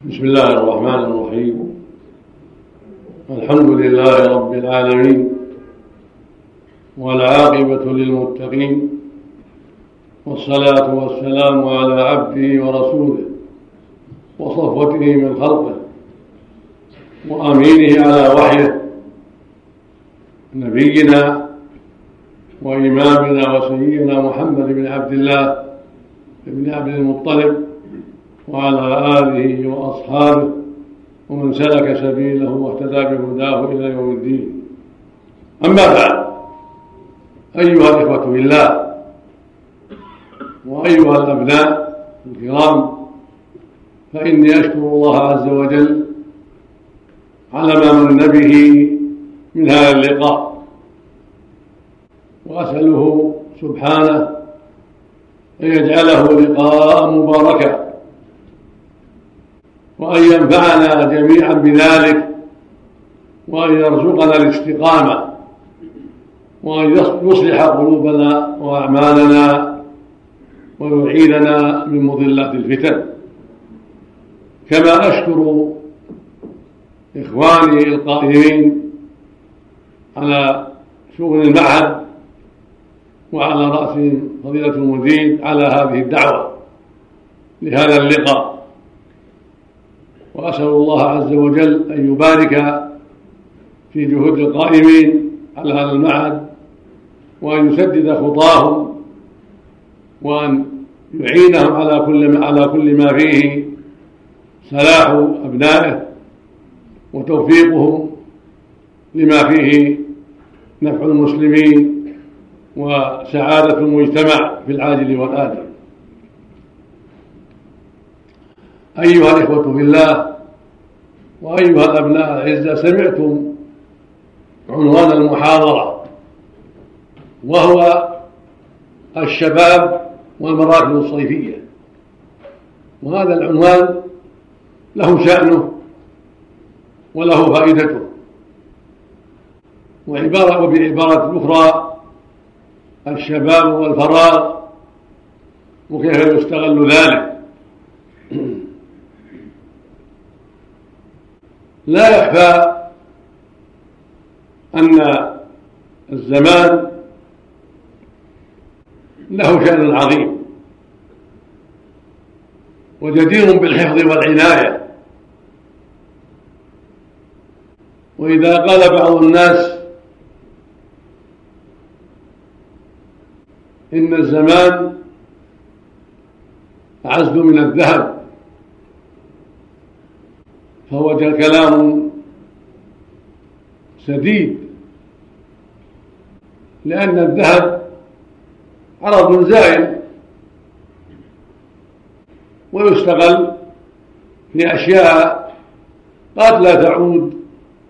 بسم الله الرحمن الرحيم. الحمد لله رب العالمين، والعاقبة للمتقين، والصلاة والسلام على عبده ورسوله وصفوته من خلقه وأمينه على وحيه، نبينا وإمامنا وسيدنا محمد بن عبد الله بن عبد المطلب وعلى آله وأصحابه ومن سلك سبيله واهتدى بهداه إلى يوم الدين. أما بعد، أيها الإخوة بالله وأيها الأبناء الكرام، فإني أشكر الله عز وجل على ما من به من هذا اللقاء، وأسأله سبحانه أن يجعله لقاء مباركا، وأن ينفعنا جميعا بذلك، وأن يرزقنا الاستقامة، وأن يصلح قلوبنا وأعمالنا، ويعيذنا من مضلات الفتن. كما أشكر إخواني القائمين على شؤون المعهد وعلى رأسهم فضيلة المدير على هذه الدعوة لهذا اللقاء، وأسأل الله عز وجل أن يبارك في جهود القائمين على هذا المعهد، وأن يسدد خطاهم، وأن يعينهم على كل ما فيه صلاح أبنائه وتوفيقهم لما فيه نفع المسلمين وسعادة المجتمع في العاجل والآجل. أيها الإخوة بالله وأيها الأبناء الأعزاء، سمعتم عنوان المحاضرة، وهو الشباب والمراكز الصيفية. وهذا العنوان له شأنه وله فائدته، وبعبارة أخرى الشباب والفراغ وكيف يستغل ذلك. لا يخفى أن الزمان له شأن عظيم وجدير بالحفظ والعناية. وإذا قال بعض الناس إن الزمان أعز من الذهب، فهو كلام سديد، لأن الذهب عرض زائل ويستغل في أشياء قد لا تعود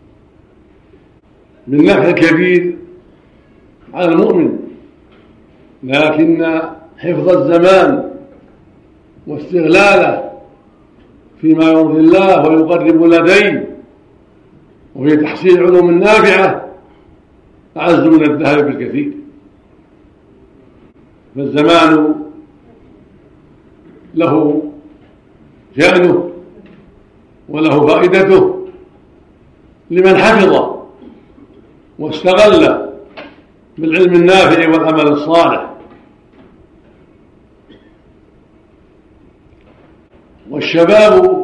بالنفع الكبير على المؤمن، لكن حفظ الزمان واستغلاله فيما يرضي الله ويقرب لديه وفي تحصيل علوم نافعة أعز من الذهب بالكثير. فالزمان له شأنه وله فائدته لمن حفظه واستغل بالعلم النافع والعمل الصالح. والشباب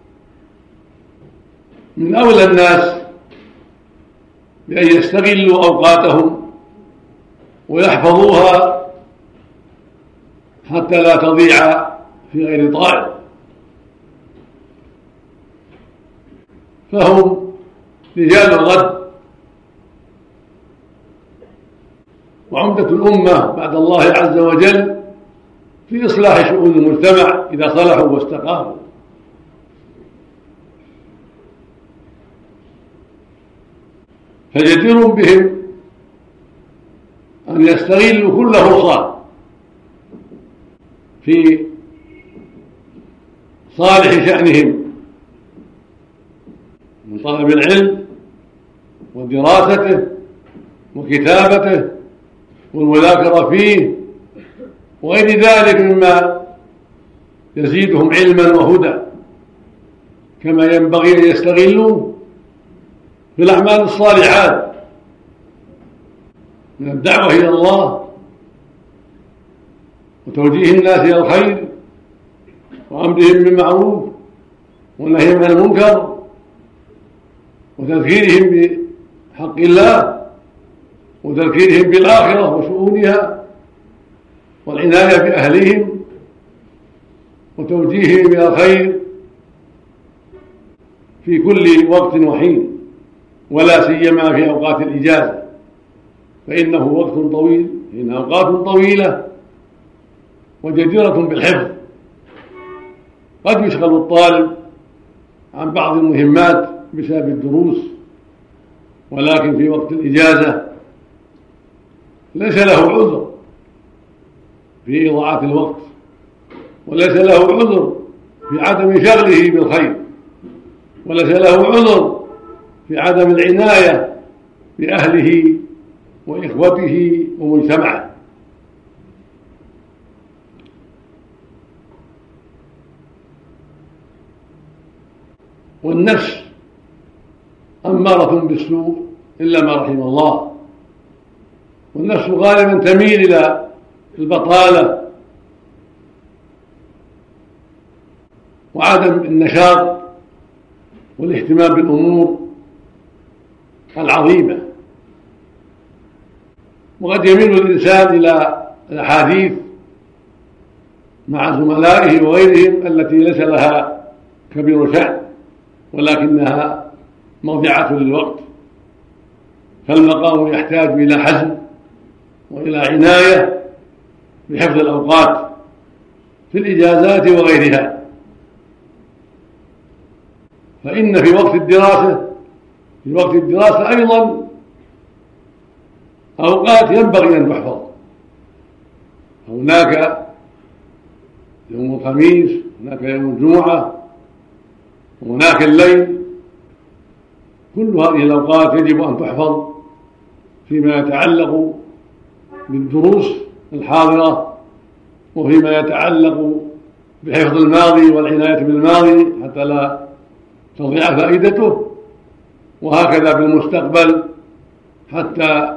من أولى الناس بأن يستغلوا أوقاتهم ويحفظوها حتى لا تضيع في غير طائل، فهم رجال الغد وعمدة الأمة بعد الله عز وجل في إصلاح شؤون المجتمع إذا صلحوا واستقاموا. فجدير بهم أن يستغلوا كل فرصة في صالح شأنهم من طلب العلم ودراسته وكتابته والمذاكرة فيه وغير ذلك مما يزيدهم علما وهدى. كما ينبغي أن يستغلوا في الأعمال الصالحات من الدعوة إلى الله وتوجيه الناس إلى الخير وأمرهم بالمعروف ونهيهم عن المنكر وتذكيرهم بحق الله وتذكيرهم بالآخرة وشؤونها والعناية بأهلهم وتوجيههم إلى الخير في كل وقت وحين، ولا سيما في أوقات الإجازة، فإنه وقت طويل، إنها أوقات طويلة وجديرة بالحفظ. قد يشغل الطالب عن بعض المهمات بسبب الدروس، ولكن في وقت الإجازة ليس له عذر في إضاعة الوقت، وليس له عذر في عدم شغله بالخير، وليس له عذر في عدم العناية بأهله وإخوته ومجتمعه. والنفس أمارة بالسوء إلا ما رحم الله، والنفس غالبا تميل إلى البطالة وعدم النشاط والاهتمام بالأمور العظيمة، وقد يميل الإنسان إلى الأحاديث مع زملائه وغيرهم التي ليس لها كبير شأن ولكنها مضيعة للوقت، فالمقام يحتاج إلى حزم وإلى عناية بحفظ الأوقات في الإجازات وغيرها. فإن في وقت الدراسة أيضا أوقات ينبغي أن تحفظ، هناك يوم الخميس، هناك يوم الجمعة، وهناك الليل، كل هذه الأوقات يجب أن تحفظ فيما يتعلق بالدروس الحاضرة وفيما يتعلق بحفظ الماضي والعناية بالماضي حتى لا تضيع فائدته، وهكذا بالمستقبل حتى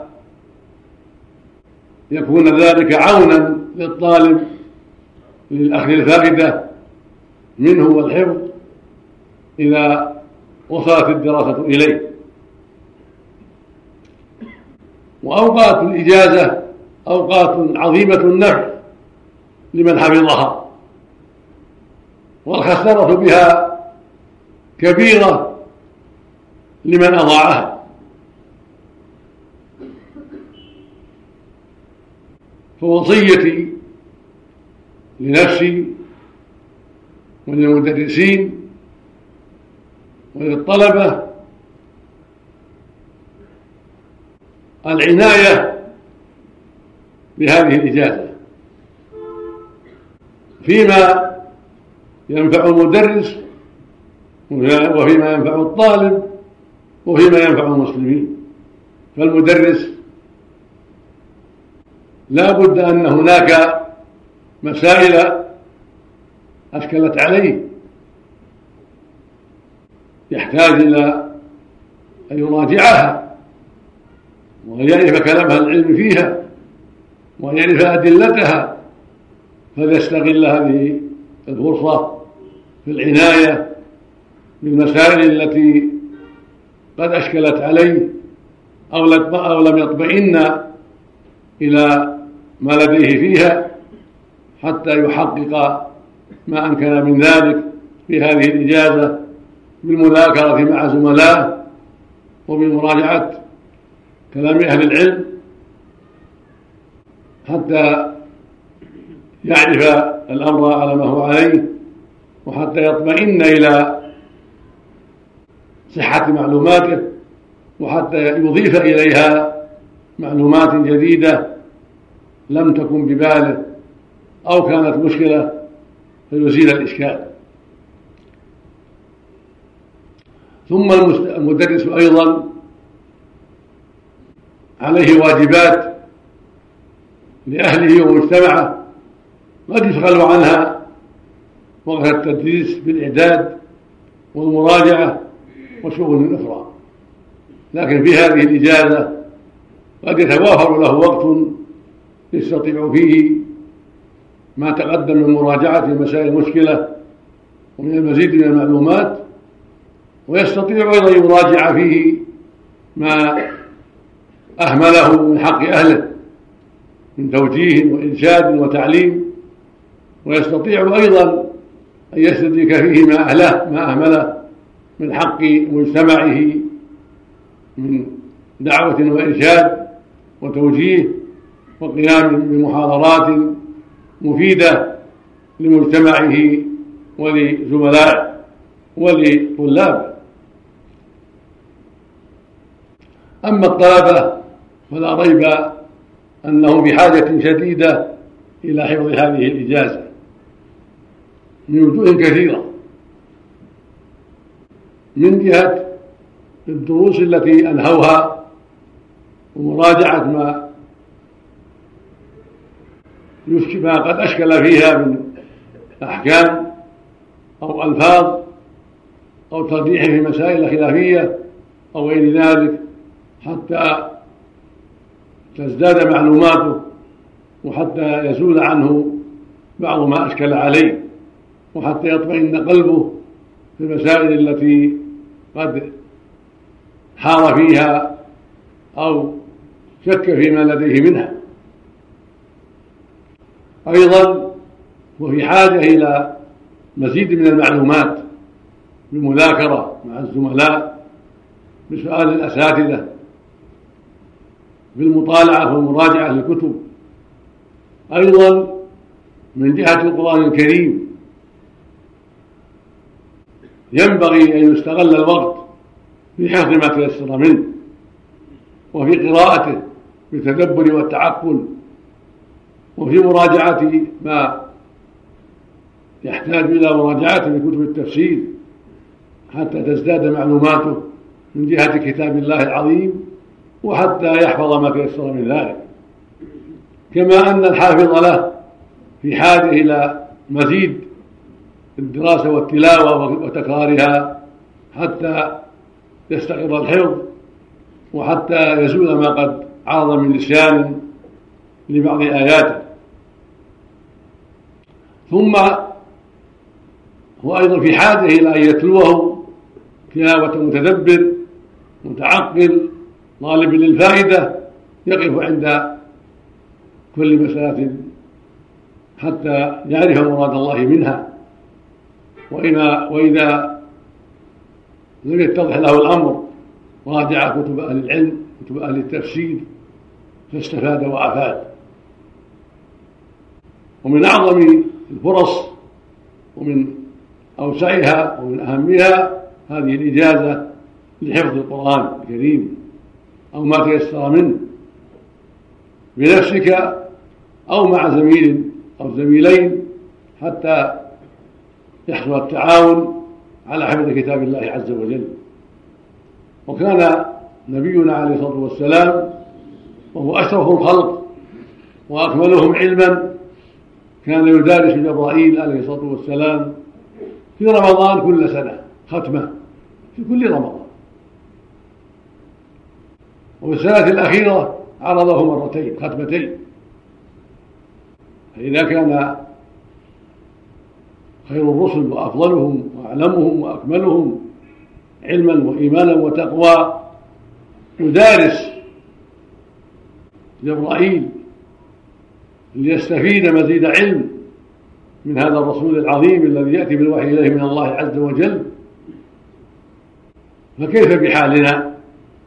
يكون ذلك عونا للطالب للأخذ الفائدة منه والحفظ إذا وصلت الدراسة إليه. وأوقات الإجازة أوقات عظيمة النفع لمن حفظها، والخسارة بها كبيرة لمن أضاعها. فوصيتي لنفسي وللمدرسين وللطلبة العناية بهذه الإجازة فيما ينفع المدرس وفيما ينفع الطالب وفيما ينفع المسلمين. فالمدرس لا بد أن هناك مسائل أشكلت عليه يحتاج إلى أن يراجعها وأن يعرف كلام أهل العلم فيها وأن يعرف أدلتها، فليستغل هذه الفرصة في العناية بالمسائل التي قد أشكلت عليه أو لم يطمئن إلى ما لديه فيها، حتى يحقق ما أمكن من ذلك في هذه الإجازة بالمذاكرة مع زملائه وبمراجعة كلام أهل العلم حتى يعرف الأمر على ما هو عليه، وحتى يطمئن إلى صحة معلوماته، وحتى يضيف إليها معلومات جديدة لم تكن بباله أو كانت مشكلة فيزيل الإشكال. ثم المدرس أيضا عليه واجبات لأهله ومجتمعه قد يشغل عنها وقت التدريس بالإعداد والمراجعة وشغل أخرى. لكن في هذه الإجازة قد يتوافر له وقت يستطيع فيه ما تقدم من مراجعة مسائل المشكلة ومن المزيد من المعلومات، ويستطيع أيضا يراجع فيه ما أهمله من حق أهله من توجيه وإرشاد وتعليم، ويستطيع أيضا أن يستدرك فيه ما أهمله من حق مجتمعه من دعوة وإرشاد وتوجيه وقيام بمحاضرات مفيدة لمجتمعه ولزملائه ولطلابه. أما الطلبة فلا ريب أنه بحاجة شديدة إلى حفظ هذه الإجازة من وجوه كثيرة، من جهة الدروس التي أنهوها ومراجعة ما قد أشكل فيها من أحكام أو ألفاظ أو ترجيح في مسائل خلافية أو غير ذلك، حتى تزداد معلوماته وحتى يزول عنه بعض ما أشكل عليه، وحتى يطمئن قلبه في المسائل التي قد حار فيها أو شك فيما لديه منها. أيضا وفي حاجة إلى مزيد من المعلومات بالمذاكرة مع الزملاء، بسؤال الأساتذة، بالمطالعة والمراجعة للكتب. أيضا من جهة القرآن الكريم ينبغي أن يستغل الوقت في حفظ ما تيسر منه وفي قراءته بالتدبر والتعقل، وفي مراجعة ما يحتاج إلى مراجعته في كتب التفسير حتى تزداد معلوماته من جهة كتاب الله العظيم، وحتى يحفظ ما تيسر من ذلك. كما أن الحافظ له في حاجة إلى مزيد الدراسة والتلاوة وتكرارها حتى يستقر الحفظ، وحتى يزول ما قد عرض من نسيان لبعض آياته. ثم هو أيضا في حاجة إلى أن يتلوه تلاوة متدبر متعقل طالب للفائدة، يقف عند كل مسألة حتى يعرف مراد الله منها، وإذا لم يتضح له الأمر راجع كتب أهل العلم كتب أهل التفسير فاستفاد وأفاد. ومن أعظم الفرص ومن أوسعها ومن أهمها هذه الإجازة لحفظ القرآن الكريم أو ما تيسر منه بنفسك أو مع زميل أو زميلين، حتى يحصل التعاون على حفظ كتاب الله عز وجل. وكان نبينا عليه الصلاة والسلام وهو أشرف الخلق وأكملهم علما كان يدارس جبرائيل عليه الصلاة والسلام في رمضان كل سنة ختمة في كل رمضان، وفي السنة الأخيرة عرضه مرتين ختمتين. فإذا كان خير الرسل وأفضلهم وأعلمهم وأكملهم علما وإيمانا وتقوى يدارس جبرائيل ليستفيد مزيد علم من هذا الرسول العظيم الذي يأتي بالوحي إليه من الله عز وجل، فكيف بحالنا؟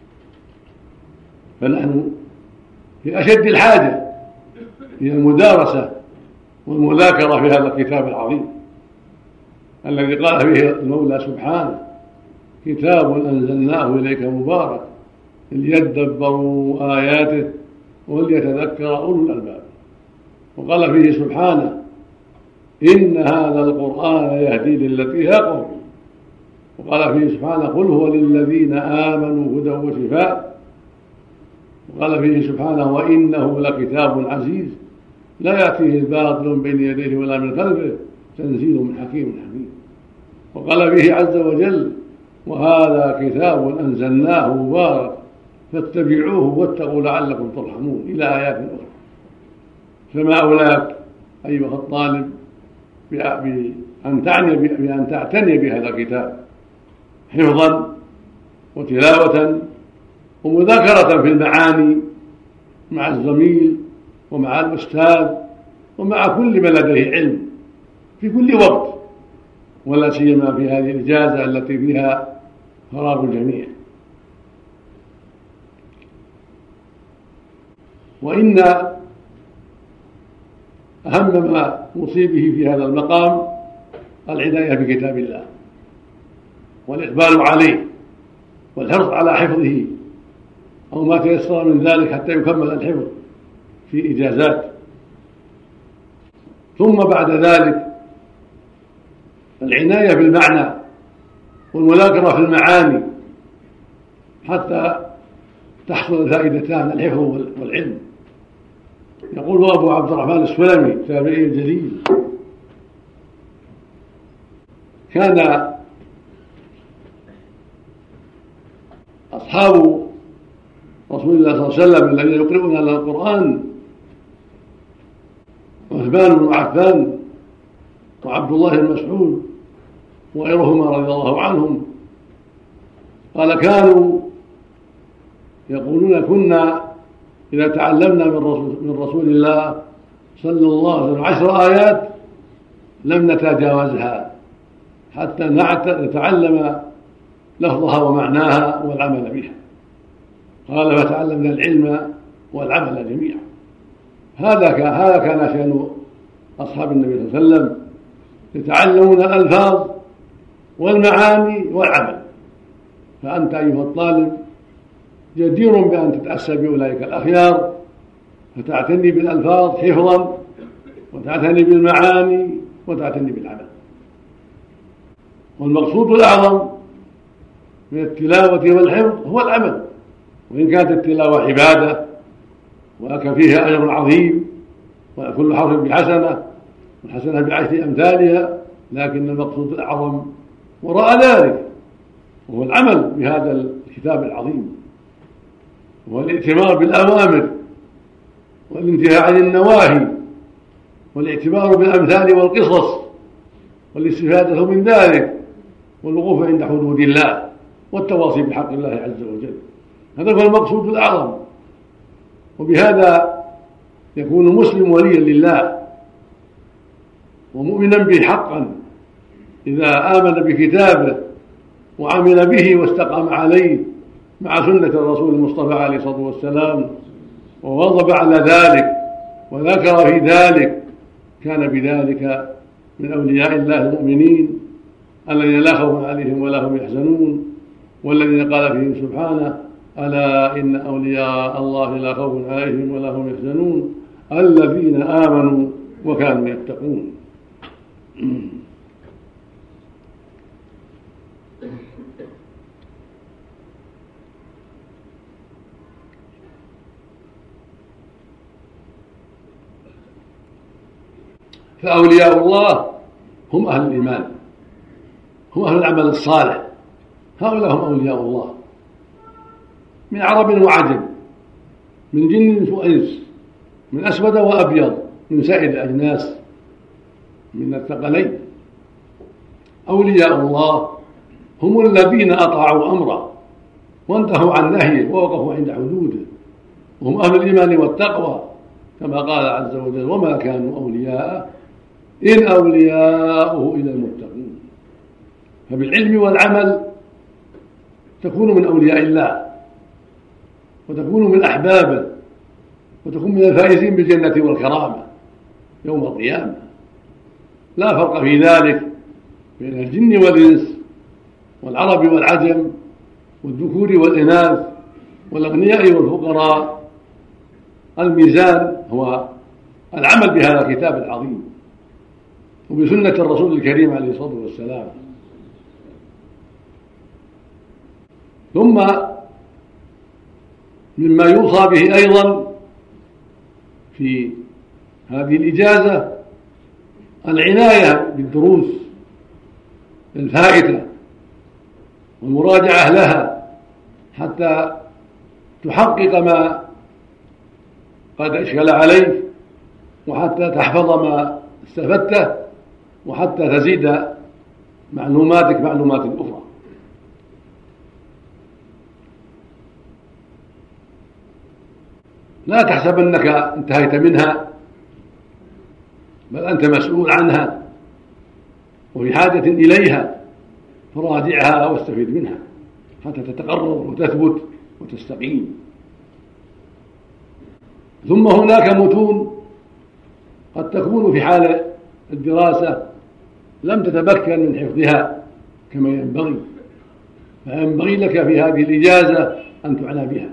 فنحن في أشد الحاجة إلى المدارسة والمذاكرة في هذا الكتاب العظيم الذي قال فيه المولى سبحانه: كتاب أنزلناه إليك مبارك ليدبروا آياته وليتذكر أولو الألباب. وقال فيه سبحانه: إن هذا القرآن يهدي للتي هي أقوم. وقال فيه سبحانه: قل هو للذين آمنوا هدى وشفاء. وقال فيه سبحانه: وإنه لكتاب عزيز لا يأتيه الباطل من بين يديه ولا من خلفه تنزيل من حكيم حميد. وقال فيه عز وجل: وهذا كتاب أنزلناه مبارك فاتبعوه واتقوا لعلكم ترحمون، إلى آيات أخرى. فما أولاك أيها الطالب بأن تعتني بهذا الكتاب حفظا وتلاوة ومذاكرة في المعاني مع الزميل ومع الأستاذ ومع كل من لديه علم في كل وقت، ولا سيما في هذه الإجازة التي فيها فراغ الجميع. وإن أهم ما نوصي به في هذا المقام العناية بكتاب الله والإقبال عليه والحرص على حفظه أو ما تيسر من ذلك حتى يكمل الحفظ في إجازات. ثم بعد ذلك العناية بالمعنى والمذاكرة في المعاني حتى تحصل الفائدتان، الحفظ والعلم. يقول أبو عبد الرحمن السلمي التابعي الجليل: كان أصحاب رسول الله صلى الله عليه وسلم الذين يقرؤون القرآن عثمان بن عفان وعبد الله بن مسعود وغيرهما رضي الله عنهم، قال: كانوا يقولون: كنا إذا تعلمنا من رسول الله صلى الله عليه وسلم 10 آيات لم نتجاوزها حتى نتعلم لفظها ومعناها والعمل بها. قال: فتعلمنا العلم والعمل جميعا. هذا كان شأن أصحاب النبي صلى الله عليه وسلم، يتعلمون الألفاظ والمعاني والعمل. فأنت أيها الطالب جدير بأن تتأسى بأولئك الأخيار، فتعتني بالألفاظ حفظا وتعتني بالمعاني وتعتني بالعمل. والمقصود الأعظم من التلاوة والحفظ هو العمل، وإن كانت التلاوة عبادة ولك فيها أجر عظيم وكل حرف بحسنة والحسنة بعشر أمثالها، لكن المقصود الأعظم وراء ذلك وهو العمل بهذا الكتاب العظيم، والائتمار بالأوامر والانتهاء عن النواهي والاعتبار بالأمثال والقصص والاستفادة من ذلك والوقوف عند حدود الله والتواصي بحق الله عز وجل. هذا هو المقصود الأعظم، وبهذا يكون المسلم وليا لله ومؤمنا به حقا إذا آمن بكتابه وعمل به واستقام عليه مع سنة الرسول المصطفى عليه الصلاة والسلام وواظب على ذلك وذكر في ذلك، كان بذلك من أولياء الله المؤمنين الذين لا خوف عليهم ولا هم يحزنون، والذين قال فيهم سبحانه: ألا إن أولياء الله لا خوف عليهم ولا هم يحزنون الذين آمنوا وكانوا يتقون. فأولياء الله هم أهل الإيمان، هم أهل العمل الصالح، هؤلاء هم أولياء الله من عرب وعجم، من جن وإنس، من أسود وأبيض، من سائر الأجناس، من الثقلين. أولياء الله هم الذين أطاعوا أمره وانتهوا عن نهيه ووقفوا عند حدوده، وهم أهل الإيمان والتقوى كما قال عز وجل: وما كانوا أولياءه إن أولياؤه إلا المتقون. فبالعلم والعمل تكون من أولياء الله وتكون من أحبابه وتكون من الفائزين بالجنة والكرامة يوم القيامة. لا فرق في ذلك بين الجن والإنس والعرب والعجم والذكور والإناث والأغنياء والفقراء. الميزان هو العمل بهذا الكتاب العظيم وبسنة الرسول الكريم عليه الصلاة والسلام. ثم مما يوصى به أيضا في هذه الإجازة العناية بالدروس الفائتة والمراجعة لها حتى تحقق ما قد أشكل عليك، وحتى تحفظ ما استفدته، وحتى تزيد معلوماتك معلومات أخرى. لا تحسب أنك انتهيت منها، بل أنت مسؤول عنها وفي حاجة إليها، فراجعها واستفيد منها حتى تتقرر وتثبت وتستقيم. ثم هناك متون قد تكون في حال الدراسة لم تتمكن من حفظها كما ينبغي، فينبغي لك في هذه الإجازة أن تعنى بها،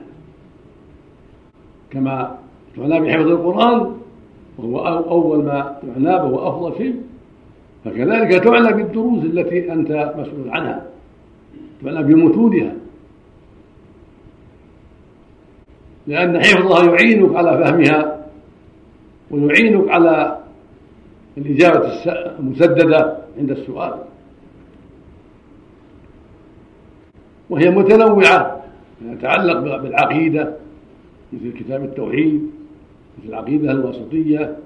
كما تعنى بحفظ القرآن وهو أول ما يعنى به وأفضل شيء، فكذلك تعنى بالدروس التي أنت مسؤول عنها، تعنى بمتونها، لأن حفظها يعينك على فهمها ويعينك على الإجابة المسددة عند السؤال. وهي متنوعة تتعلق بالعقيدة مثل كتاب التوحيد، مثل العقيدة الواسطية،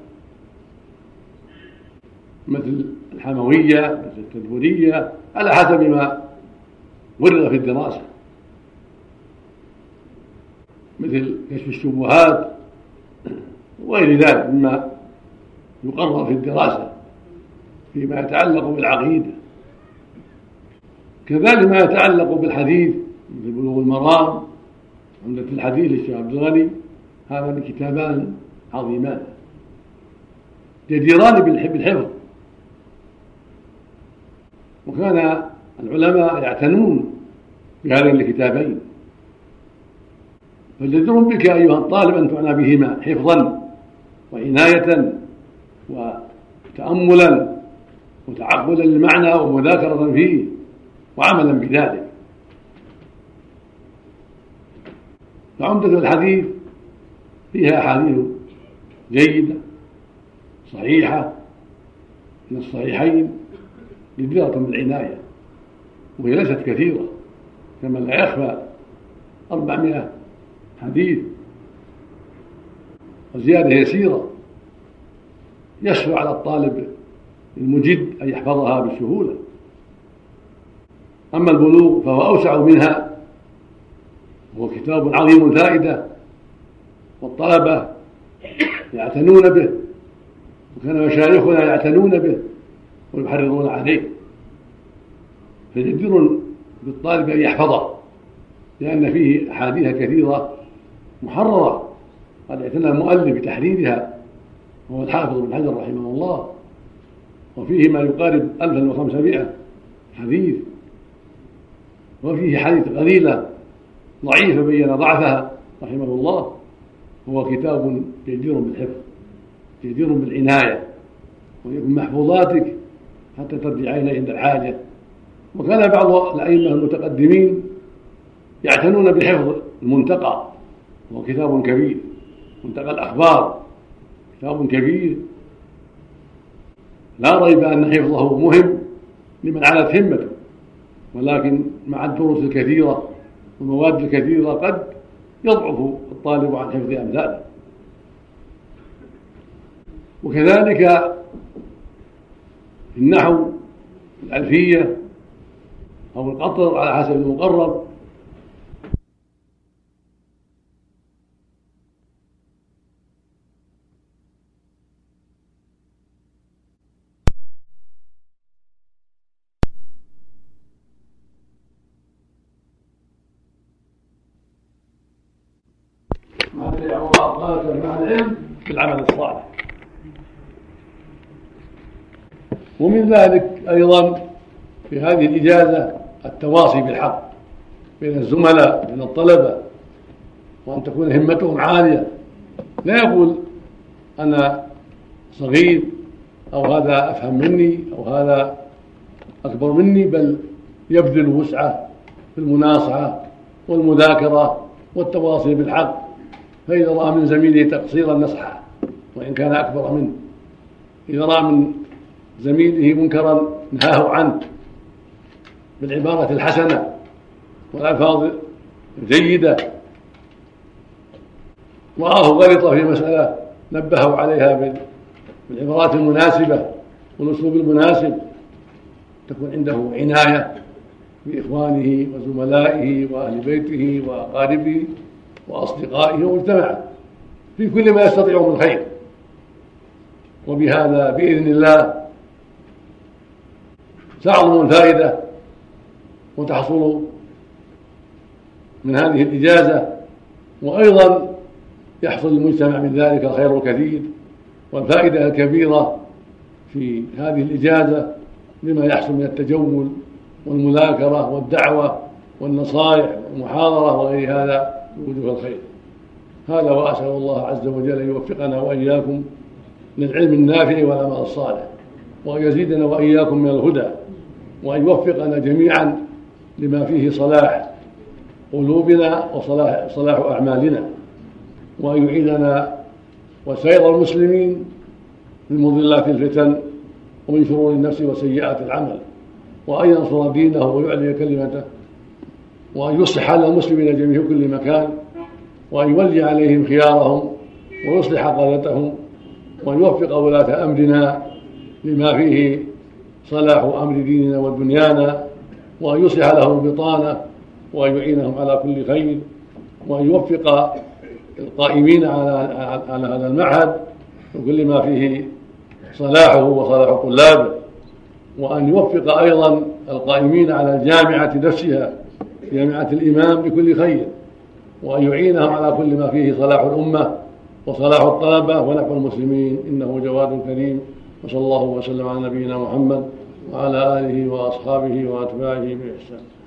مثل الحموية، مثل التدبرية، على حسب ما ورد في الدراسة، مثل كشف الشبهات وغير ذلك مما يقرر في الدراسة فيما يتعلق بالعقيدة. كذلك ما يتعلق بالحديث مثل بلوغ المرام، عمدة الحديث للشيخ عبد الغني، هذان كتابان عظيمان جديران بالحفظ. وكان العلماء يعتنون بهذين الكتابين، فجدير بك أيها الطالب أن تعنى بهما حفظا وعناية وتأملا وتعقلا للمعنى ومذاكرة فيه وعملا بذلك. فعمدة الحديث فيها أحاديث جيدة صحيحة من الصحيحين جديرة بالعناية، وهي ليست كثيرة كما لا يخفى 400 حديث وزيادة يسيرة، يسهل على الطالب المجد أن يحفظها بسهولة. أما البلوغ فهو أوسع منها، وهو كتاب عظيم فائدة، والطلبة يعتنون به، وكان مشايخنا يعتنون به ويحرضون عليه، فجدير بالطالب أن يحفظه، لأن فيه أحاديث كثيرة محررة قد اعتنى المؤلف بتحريرها وهو الحافظ بن حجر رحمه الله، وفيه ما يقارب 1500 حديث، وفيه حديث قليلة ضعيفة بين ضعفها رحمه الله. هو كتاب جدير بالحفظ جدير بالعناية، ويكون محفوظاتك حتى ترجع إليه عند الحاجة. وكان بعض الأئمة المتقدمين يعتنون بحفظ المنتقى، وهو كتاب كبير، منتقى الأخبار كتاب كبير لا ريب أن حفظه مهم لمن علت همته، ولكن مع الدروس الكثيرة والمواد الكثيرة قد يضعف الطالب عن حفظ أمثاله. وكذلك النحو الألفية أو القطر على حسب المقرر مع العلم بالعمل الصالح. ومن ذلك أيضا في هذه الإجازة التواصي بالحق بين الزملاء بين الطلبة، وأن تكون همتهم عالية، لا يقول أنا صغير أو هذا أفهم مني أو هذا أكبر مني، بل يبذل وسعه في المناصحة والمذاكرة والتواصي بالحق. فإذا رأى من زميله تقصيرا نصحه وإن كان أكبر منه، إذا رأى من زميله منكرا نهاه عنه بالعبارة الحسنة والألفاظ الجيدة، ورآه غلط في مسألة نبهوا عليها بالعبارات المناسبة والأسلوب المناسب، تكون عنده عناية بإخوانه وزملائه وأهل بيته وأقاربه وأصدقائه ومجتمعه في كل ما يستطيع من خير. وبهذا بإذن الله تعظم الفائدة وتحصل من هذه الإجازة، وأيضا يحصل للمجتمع من ذلك الخير الكثير والفائدة الكبيرة في هذه الإجازة بما يحصل من التجول والمذاكرة والدعوة والنصائح والمحاضرة وغير هذا من وجوه الخير. هذا وأسأل الله عز وجل أن يوفقنا وإياكم للعلم النافع والعمل الصالح، وأن يزيدنا وإياكم من الهدى، وأن يوفقنا جميعا لما فيه صلاح قلوبنا وصلاح أعمالنا، وأن يعيذنا وسائر المسلمين من مضلات الفتن ومن شرور النفس وسيئات العمل، وأن ينصر دينه ويعلي كلمته، وأن يصلح حال المسلمين جميعا في كل مكان، وأن يولي عليهم خيارهم ويصلح قادتهم، وأن يوفق ولاة أمرنا لما فيه صلاح أمر ديننا ودنيانا، وأن يصلح لهم البطانة، وأن يعينهم على كل خير، وأن يوفق القائمين على هذا المعهد وكل ما فيه صلاحه وصلاح طلابه، وأن يوفق أيضا القائمين على الجامعة نفسها جامعة الإمام بكل خير، وأن يعينهم على كل ما فيه صلاح الأمة وصلاح الطلبة ونحو المسلمين، إنه جواد كريم. وصلى الله وسلم على نبينا محمد وعلى آله وأصحابه وأتباعه بإحسان.